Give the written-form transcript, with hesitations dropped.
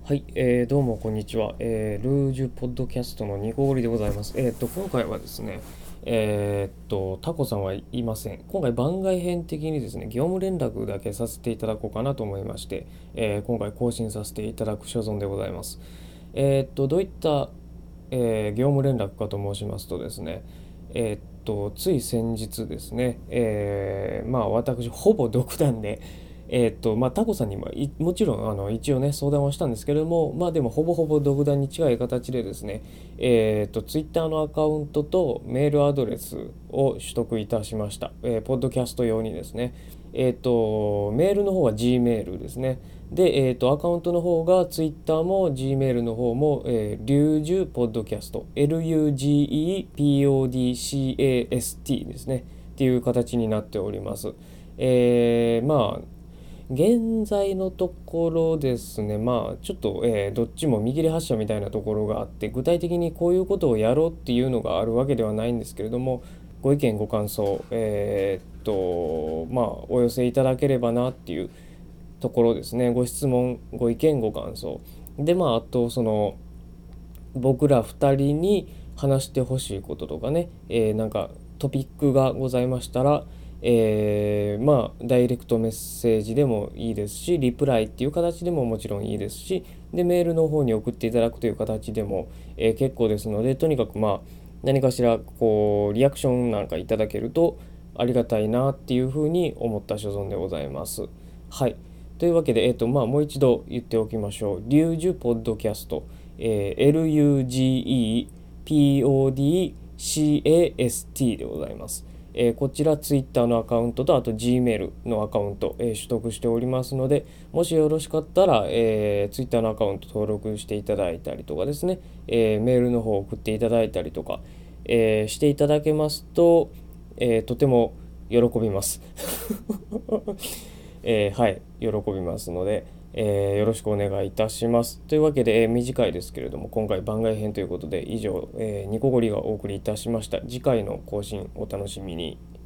はい、どうもこんにちは、ルージュポッドキャストのニコゴリでございます。今回はですね、タコさんはいません。今回番外編的にですね、業務連絡だけさせていただこうかなと思いまして、今回更新させていただく所存でございます。どういった、業務連絡かと申しますとですね、つい先日ですね、私ほぼ独断で、タコさんにももちろん一応ね相談をしたんですけれども、でもほぼほぼ独断に近い形でですね、ツイッターのアカウントとメールアドレスを取得いたしました。ポッドキャスト用にですね。メールの方は G メールですね。で、アカウントの方が Twitter も G メールの方も、リュージュポッドキャスト LUGEPODCAST ですねっていう形になっております。現在のところですね、ちょっと、どっちも見切り発車みたいなところがあって、具体的にこういうことをやろうっていうのがあるわけではないんですけれども、ご意見、ご感想、お寄せいただければなっていうところですね。ご質問、ご意見、ご感想。で、あと、僕ら2人に話してほしいこととかね、なんかトピックがございましたら、ダイレクトメッセージでもいいですし、リプライっていう形でももちろんいいですし、でメールの方に送っていただくという形でも、結構ですので、とにかく何かしらこうリアクションなんかいただけるとありがたいなっていうふうに思った所存でございます。はい。というわけで、もう一度言っておきましょう。リュージュポッドキャスト、LUGEPODCAST でございます。こちら Twitter のアカウントとあと Gmail のアカウント、取得しておりますので、もしよろしかったら、Twitter のアカウント登録していただいたりとかですね、メールの方を送っていただいたりとか、していただけますと、とても喜びます。はい、喜びますので、よろしくお願いいたします。というわけで、短いですけれども、今回番外編ということで、以上、ニコゴリがお送りいたしました。次回の更新お楽しみに。